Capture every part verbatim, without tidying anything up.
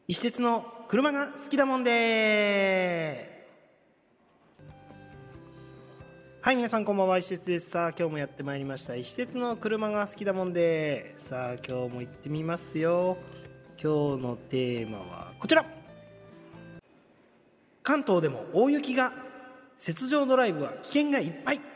石鉄の車が好きだもんで。はい、皆さんこんばんは、石鉄です。さあ今日もやってまいりました石鉄の車が好きだもんで。さあ今日も行ってみますよ。今日のテーマはこちら。関東でも大雪が、雪上ドライブは危険がいっぱい。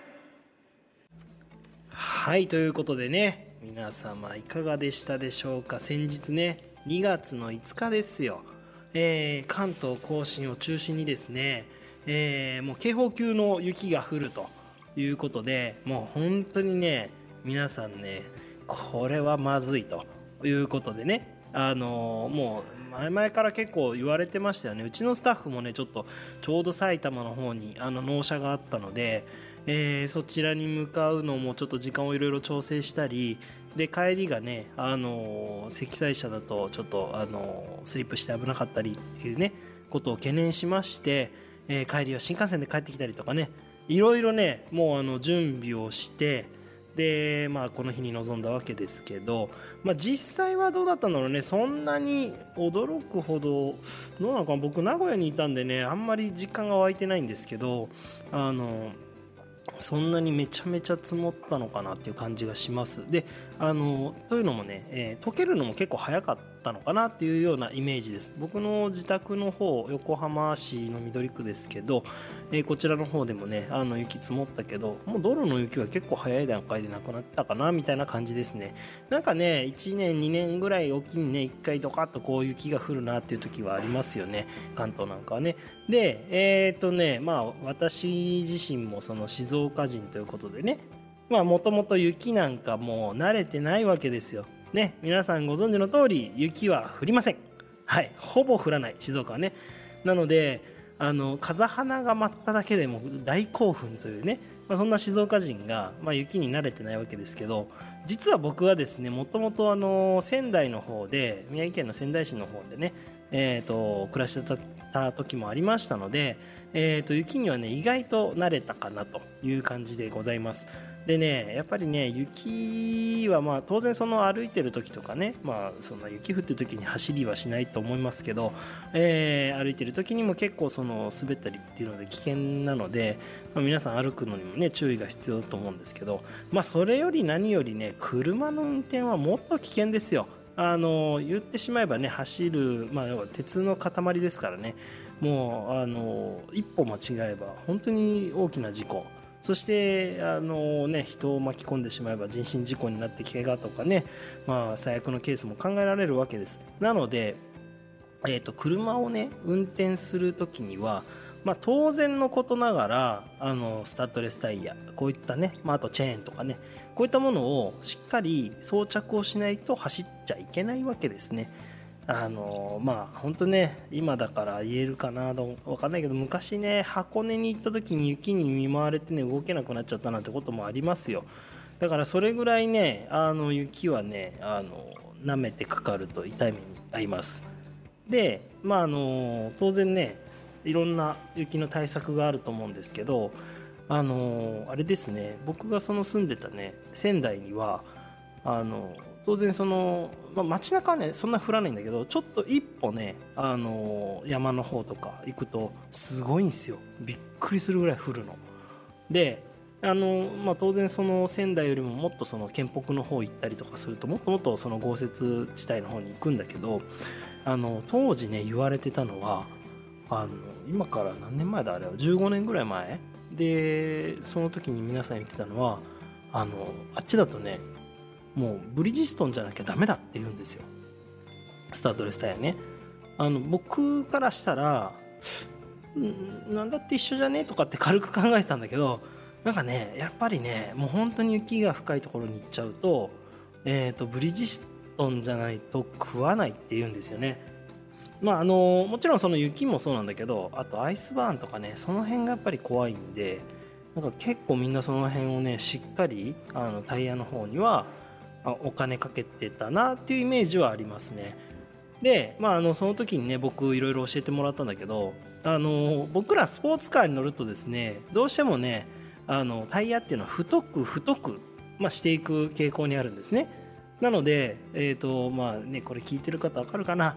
はい、ということでね、皆様いかがでしたでしょうか。先日ね、にがつのいつかですよ、えー、関東甲信を中心にですね、えー、もう警報級の雪が降るということで、もう本当にね、皆さんね、これはまずいということでね、あのー、もう前々から結構言われてましたよね。うちのスタッフもね、ちょっとちょうど埼玉の方にあの納車があったので、えー、そちらに向かうのもちょっと時間をいろいろ調整したりで、帰りがね、あのー、積載車だとちょっと、あのー、スリップして危なかったりっていうねことを懸念しまして、えー、帰りは新幹線で帰ってきたりとかね、いろいろね、もうあの準備をしてで、まあ、この日に臨んだわけですけど、まあ、実際はどうだったんだろうね。そんなに驚くほどどうなのかな。僕名古屋にいたんでね、あんまり実感が湧いてないんですけど、あのそんなにめちゃめちゃ積もったのかなっていう感じがします。で、あのというのもね、えー、溶けるのも結構早かったのかなっていうようなイメージです。僕の自宅の方、横浜市の緑区ですけど、えー、こちらの方でもね、あの雪積もったけど、もう道路の雪は結構早い段階でなくなったかなみたいな感じですね。なんかね、いちねんにねんぐらいおきにね、いっかいドカッとこう雪が降るなっていう時はありますよね、関東なんかはね。で、えっとね、まあ私自身もその静岡人ということでね、まあもともと雪なんかもう慣れてないわけですよね。皆さんご存知の通り雪は降りません。はい、ほぼ降らない、静岡はね。なので、あの風花が舞っただけでも大興奮というね、まあ、そんな静岡人が、まあ、雪に慣れてないわけですけど、実は僕はですね、もともとあの仙台の方で、宮城県の仙台市の方でね、えー、と暮らしてた時もありましたので、えー、と雪にはね意外と慣れたかなという感じでございます。でね、やっぱりね、雪はまあ当然その歩いてる時とかね、まあそんな雪降ってる時に走りはしないと思いますけど、えー、歩いてる時にも結構その滑ったりっていうので危険なので、まあ、皆さん歩くのにもね注意が必要だと思うんですけど、まあそれより何よりね、車の運転はもっと危険ですよ。あの言ってしまえばね、走る、まあ、鉄の塊ですからね、もうあの一歩間違えば本当に大きな事故、そしてあの、ね、人を巻き込んでしまえば人身事故になって怪我とかね、まあ、最悪のケースも考えられるわけです。なので、えーと、車をね運転するときには、まあ、当然のことながらあのスタッドレスタイヤ、こういったね、まあ、あとチェーンとかね、こういったものをしっかり装着をしないと走っちゃいけないわけですね。あのまあ本当ね、今だから言えるかな、分かんないけど、昔ね、箱根に行った時に雪に見舞われてね動けなくなっちゃったなんてこともありますよ。だからそれぐらいね、あの雪はね、あの舐めてかかると痛い目に遭います。で、まああの当然ね、いろんな雪の対策があると思うんですけど、あのあれですね、僕がその住んでたね仙台には、あの当然その、まあ、街中はねそんな降らないんだけど、ちょっと一歩ね、あの山の方とか行くとすごいんですよ。びっくりするぐらい降るので、あの、まあ、当然その仙台よりももっとその県北の方行ったりとかすると、もっともっとその豪雪地帯の方に行くんだけど、あの当時ね言われてたのは、あの今から何年前だあれは、じゅうごねんぐらい前で、その時に皆さん言ってたのは、あのあっちだとね、もうブリヂストンじゃなきゃダメだって言うんですよ、スタッドレスタイヤね。あの僕からしたら、んなんだって一緒じゃねとかって軽く考えたんだけど、なんかね、やっぱりね、もう本当に雪が深いところに行っちゃうと、えーとブリヂストンじゃないと食わないって言うんですよね。まああのもちろんその雪もそうなんだけど、あとアイスバーンとかね、その辺がやっぱり怖いんで、なんか結構みんなその辺をねしっかりあのタイヤの方にはお金かけてたなっていうイメージはありますね。で、まあ、あのその時にね僕いろいろ教えてもらったんだけど、あの僕らスポーツカーに乗るとですね、どうしてもね、あのタイヤっていうのは太く太く、まあ、していく傾向にあるんですね。なので、えーとまあね、これ聞いてる方わかるかな、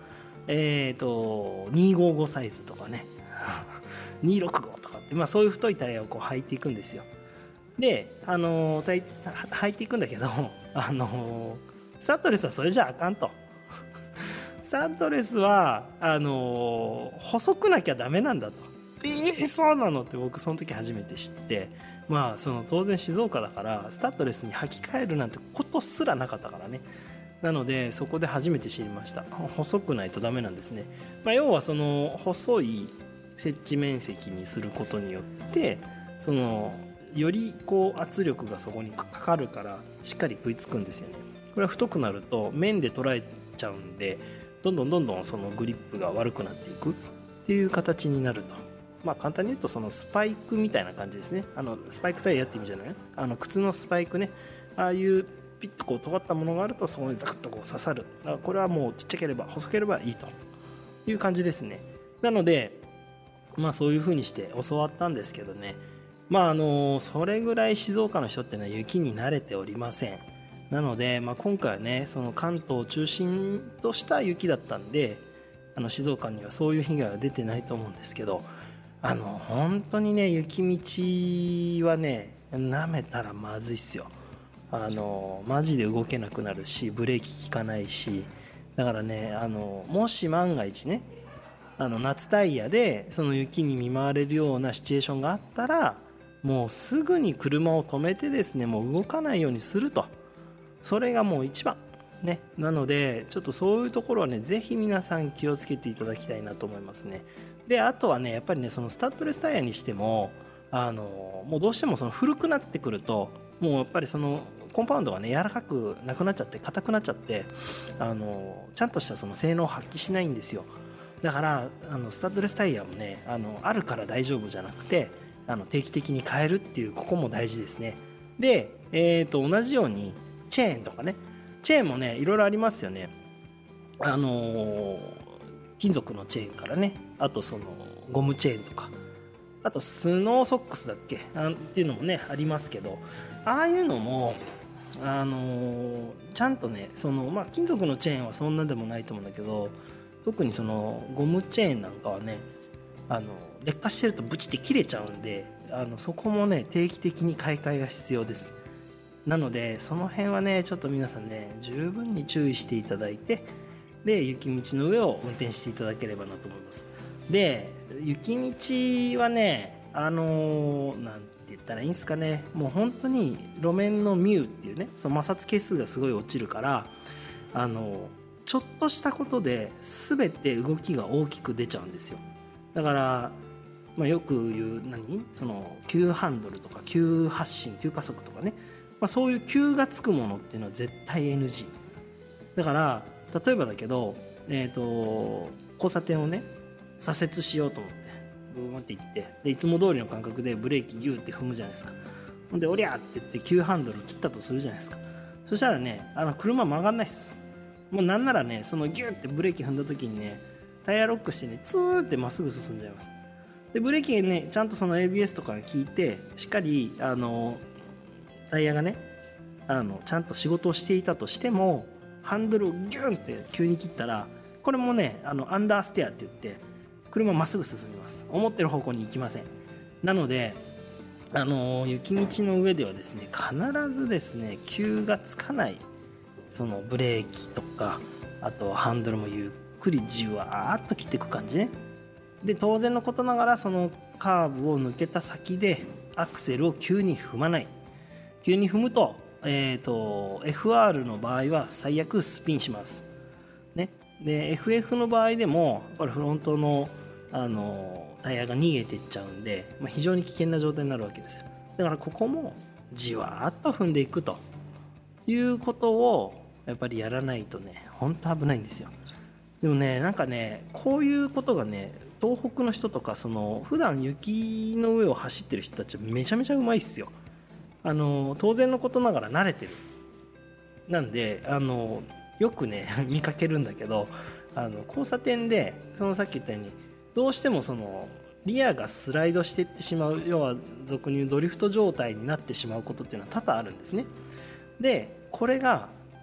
えーとにひゃくごじゅうごサイズとかねにひゃくろくじゅうごとかって、まあ、そういう太いタイヤをこう履いていくんですよ。で、あのー、履いていくんだけど、あのー、スタッドレスはそれじゃあかんと。スタッドレスはあのー、細くなきゃダメなんだと。えー、そうなのって僕その時初めて知って、まあその当然静岡だからスタッドレスに履き替えるなんてことすらなかったからね。なのでそこで初めて知りました。細くないとダメなんですね。まあ、要はその細い接地面積にすることによってそのよりこう圧力がそこにかかるからしっかり食いつくんですよね。これは太くなると面で捉えちゃうんでどんどんどんどんそのグリップが悪くなっていくっていう形になると。まあ簡単に言うとそのスパイクみたいな感じですね。あのスパイクタイヤって意味じゃない？あの靴のスパイクね。ああいうピッとこう尖ったものがあるとそこにザクッとこう刺さる。だからこれはもうちっちゃければ細ければいいという感じですね。なのでまあそういう風にして教わったんですけどね。まああのそれぐらい静岡の人ってのは雪に慣れておりません。なので、まあ、今回はねその関東を中心とした雪だったんであの静岡にはそういう被害は出てないと思うんですけどあの本当にね雪道はね舐めたらまずいっすよ。あのマジで動けなくなるしブレーキ効かないしだからねあのもし万が一ねあの夏タイヤでその雪に見舞われるようなシチュエーションがあったらもうすぐに車を止めてですねもう動かないようにするとそれがもう一番ね。なのでちょっとそういうところはねぜひ皆さん気をつけていただきたいなと思いますね。であとはねやっぱりねそのスタッドレスタイヤにしてもあのもうどうしてもその古くなってくるともうやっぱりそのコンパウンドがね柔らかくなくなっちゃって硬くなっちゃってあのちゃんとしたその性能を発揮しないんですよ。だからあのスタッドレスタイヤもね あのあるから大丈夫じゃなくてあの定期的に変えるっていうここも大事ですね。で、えー、と同じようにチェーンとかねチェーンもねいろいろありますよね。あのー、金属のチェーンからねあとそのゴムチェーンとかあとスノーソックスだっけあっていうのもねありますけどああいうのもあのー、ちゃんとねその、まあ、金属のチェーンはそんなでもないと思うんだけど特にそのゴムチェーンなんかはねあの劣化してるとブチって切れちゃうんであのそこもね定期的に買い替えが必要です。なのでその辺はねちょっと皆さんね十分に注意していただいてで雪道の上を運転していただければなと思います。で雪道はねあのー、なんて言ったらいいんですかねもう本当に路面のミューっていうねその摩擦係数がすごい落ちるからあのー、ちょっとしたことで全て動きが大きく出ちゃうんですよ。だから、まあ、よく言う何その急ハンドルとか急発進急加速とかねまあ、そういう急がつくものっていうのは絶対 エヌジー だから例えばだけど、えーと、交差点をね左折しようと思ってブーンって行ってでいつも通りの感覚でブレーキギューって踏むじゃないですか。ほんでおりゃーって言って急ハンドル切ったとするじゃないですか。そしたらねあの車曲がんないっす。もうなんならねそのギューってブレーキ踏んだ時にねタイヤロックしてねツーってまっすぐ進んじゃいます。でブレーキねちゃんとその エービーエス とかが効いてしっかりあのタイヤがねあのちゃんと仕事をしていたとしてもハンドルをギュンって急に切ったらこれもねあのアンダーステアって言って車まっすぐ進みます。思ってる方向に行きません。なのであの雪道の上ではですね必ずですね急がつかないそのブレーキとかあとハンドルもゆっくりじわーっと切っていく感じね。で当然のことながらそのカーブを抜けた先でアクセルを急に踏まない。急に踏むと、えーと、エフアール の場合は最悪スピンします。ね。で、エフエフ の場合でも、やっぱりフロントの、あのタイヤが逃げていっちゃうんで、まあ、非常に危険な状態になるわけですよ。だからここもじわーっと踏んでいくということをやっぱりやらないとね、本当危ないんですよ。でもね、なんかね、こういうことがね、東北の人とかその普段雪の上を走ってる人たちはめちゃめちゃうまいっすよ。あの当然のことながら慣れてるなんであのよくね見かけるんだけどあの交差点でそのさっき言ったようにどうしてもそのリアがスライドしていってしまう要は俗に言うドリフト状態になってしまうことっていうのは多々あるんですね。でこれが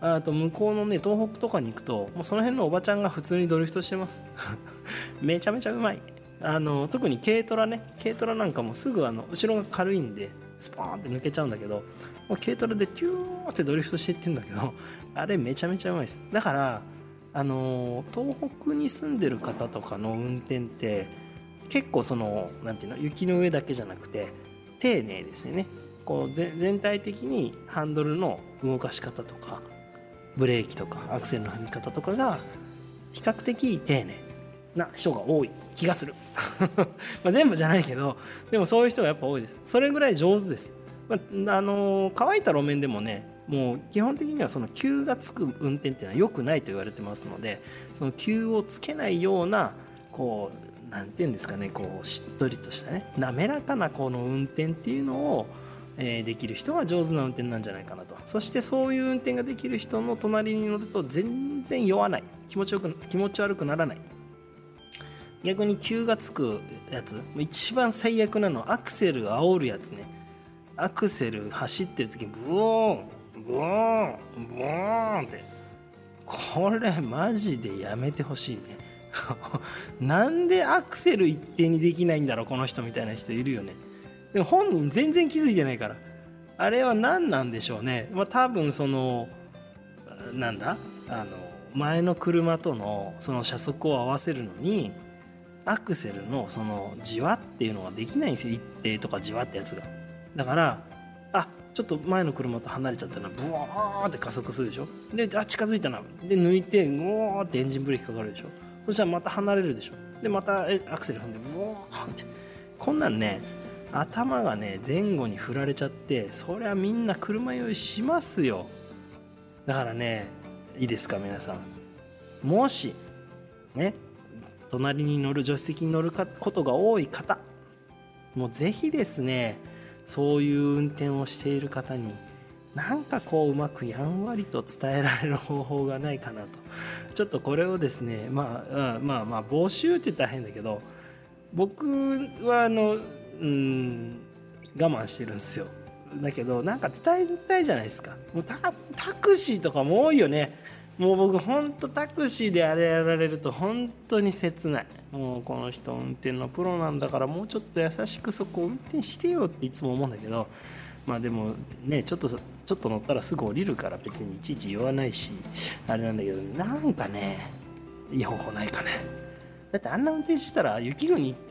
あと向こうのね東北とかに行くともうその辺のおばちゃんが普通にドリフトしてますめちゃめちゃうまい。あの特に軽トラね、軽トラなんかもすぐあの後ろが軽いんでスポーンって抜けちゃうんだけど、もう軽トラでキューってドリフトしていってんだけど、あれめちゃめちゃうまいです。だからあの東北に住んでる方とかの運転って結構そのなんていうの、雪の上だけじゃなくて丁寧ですよね。こう全体的にハンドルの動かし方とかブレーキとかアクセルの踏み方とかが比較的丁寧な人が多い気がするまあ全部じゃないけど、でもそういう人がやっぱ多いです。それぐらい上手です。まあ、あのー、乾いた路面でもね、もう基本的にはその急がつく運転っていうのは良くないと言われてますので、その急をつけないようなこうなんていうんですかね、こうしっとりとしたね滑らかなこの運転っていうのを、えー、できる人が上手な運転なんじゃないかなと。そしてそういう運転ができる人の隣に乗ると全然酔わない、気持ちよく気持ち悪くならない。逆に急がつくやつ、一番最悪なのはアクセル煽るやつね。アクセル走ってる時にブオーンブオーンブオーンって、これマジでやめてほしいねなんでアクセル一定にできないんだろうこの人みたいな人いるよね。でも本人全然気づいてないから、あれは何なんでしょうね。まあ多分そのなんだあの前の車とのその車速を合わせるのにアクセルのそのじわっていうのができないんですよ、一定とかじわってやつが。だからあちょっと前の車と離れちゃったな、ブワーって加速するでしょ。であ近づいたなで抜いてうおーってエンジンブレーキかかるでしょ。そしたらまた離れるでしょ。でまたえアクセル踏んでブワーって、こんなんね頭がね前後に振られちゃって、そりゃみんな車酔いしますよ。だからね、いいですか皆さん、もしね隣に乗る助手席に乗ることが多い方、もうぜひですねそういう運転をしている方になんかこううまくやんわりと伝えられる方法がないかなと、ちょっとこれをですねまあ、うん、まあまあ募集って言ったら変だけど、僕はあのうん我慢してるんですよ。だけどなんか伝えたいじゃないですか。もう タ, タクシーとかも多いよね。もう僕ほんとタクシーであれやられると本当に切ない。もうこの人運転のプロなんだからもうちょっと優しくそこ運転してよっていつも思うんだけど、まあでもねちょっとちょっと乗ったらすぐ降りるから別にいちいち言わないしあれなんだけど、なんかねいい方法ないかね。だってあんな運転したら雪国行って、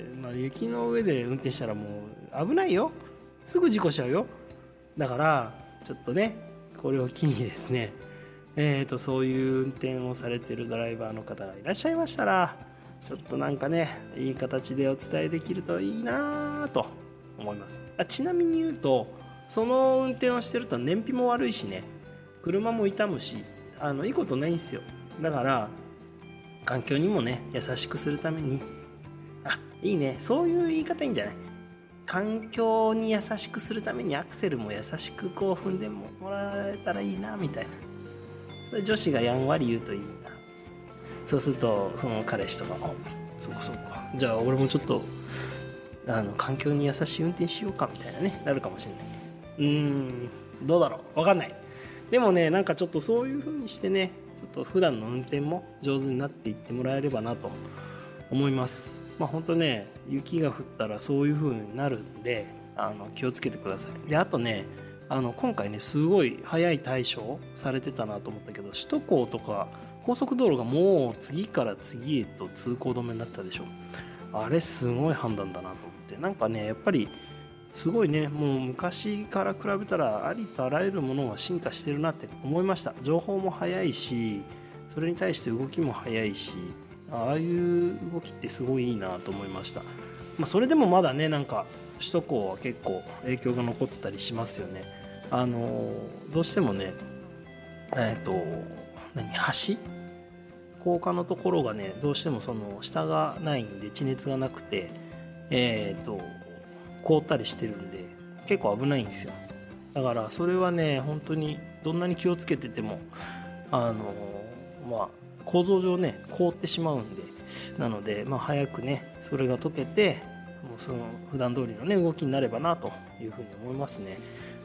まあ、雪の上で運転したらもう危ないよ、すぐ事故しちゃうよ。だからちょっとねこれを機にですねえーとそういう運転をされてるドライバーの方がいらっしゃいましたら、ちょっとなんかねいい形でお伝えできるといいなと思います。あちなみに言うとその運転をしてると燃費も悪いしね、車も傷むし、あのいいことないんですよ。だから環境にもね優しくするために、あいいねそういう言い方いいんじゃない、環境に優しくするためにアクセルも優しくこう踏んでもらえたらいいなみたいな、それ女子がやんわり言うといいな。そうするとその彼氏とかあそうかそうかじゃあ俺もちょっとあの環境に優しい運転しようかみたいなねなるかもしれない。うーんどうだろう分かんない。でもねなんかちょっとそういう風にしてねちょっと普段の運転も上手になっていってもらえればなと思います。まあ本当ね雪が降ったらそういう風になるんであの気をつけてください。であとねあの今回ねすごい早い対処されてたなと思ったけど、首都高とか高速道路がもう次から次へと通行止めになったでしょ。あれすごい判断だなと思って、なんかねやっぱりすごいねもう昔から比べたらありとあらゆるものが進化してるなって思いました。情報も早いしそれに対して動きも早いし、ああいう動きってすごいいいなと思いました。まあ、それでもまだねなんか首都高は結構影響が残ってたりしますよね。あのどうしてもねえっと何橋高架のところがねどうしてもその下がないんで地熱がなくてえっと凍ったりしてるんで結構危ないんですよ。だからそれはね本当にどんなに気をつけててもあのまあ構造上ね凍ってしまうんで、なのでまあ早くねそれが溶けてもうその普段通りのね動きになればなというふうに思いますね。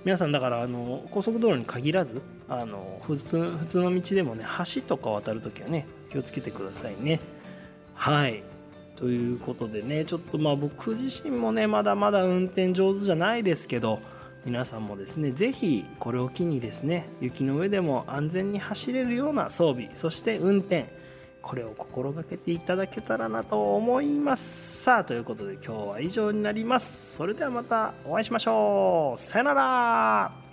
皆さんだからあの高速道路に限らずあの普通普通の道でもね、橋とか渡るときはね気をつけてくださいね。はいということでね、ちょっとまあ僕自身もねまだまだ運転上手じゃないですけど、皆さんもですねぜひこれを機にですね、雪の上でも安全に走れるような装備、そして運転、これを心がけていただけたらなと思います。さあということで今日は以上になります。それではまたお会いしましょう。さよなら。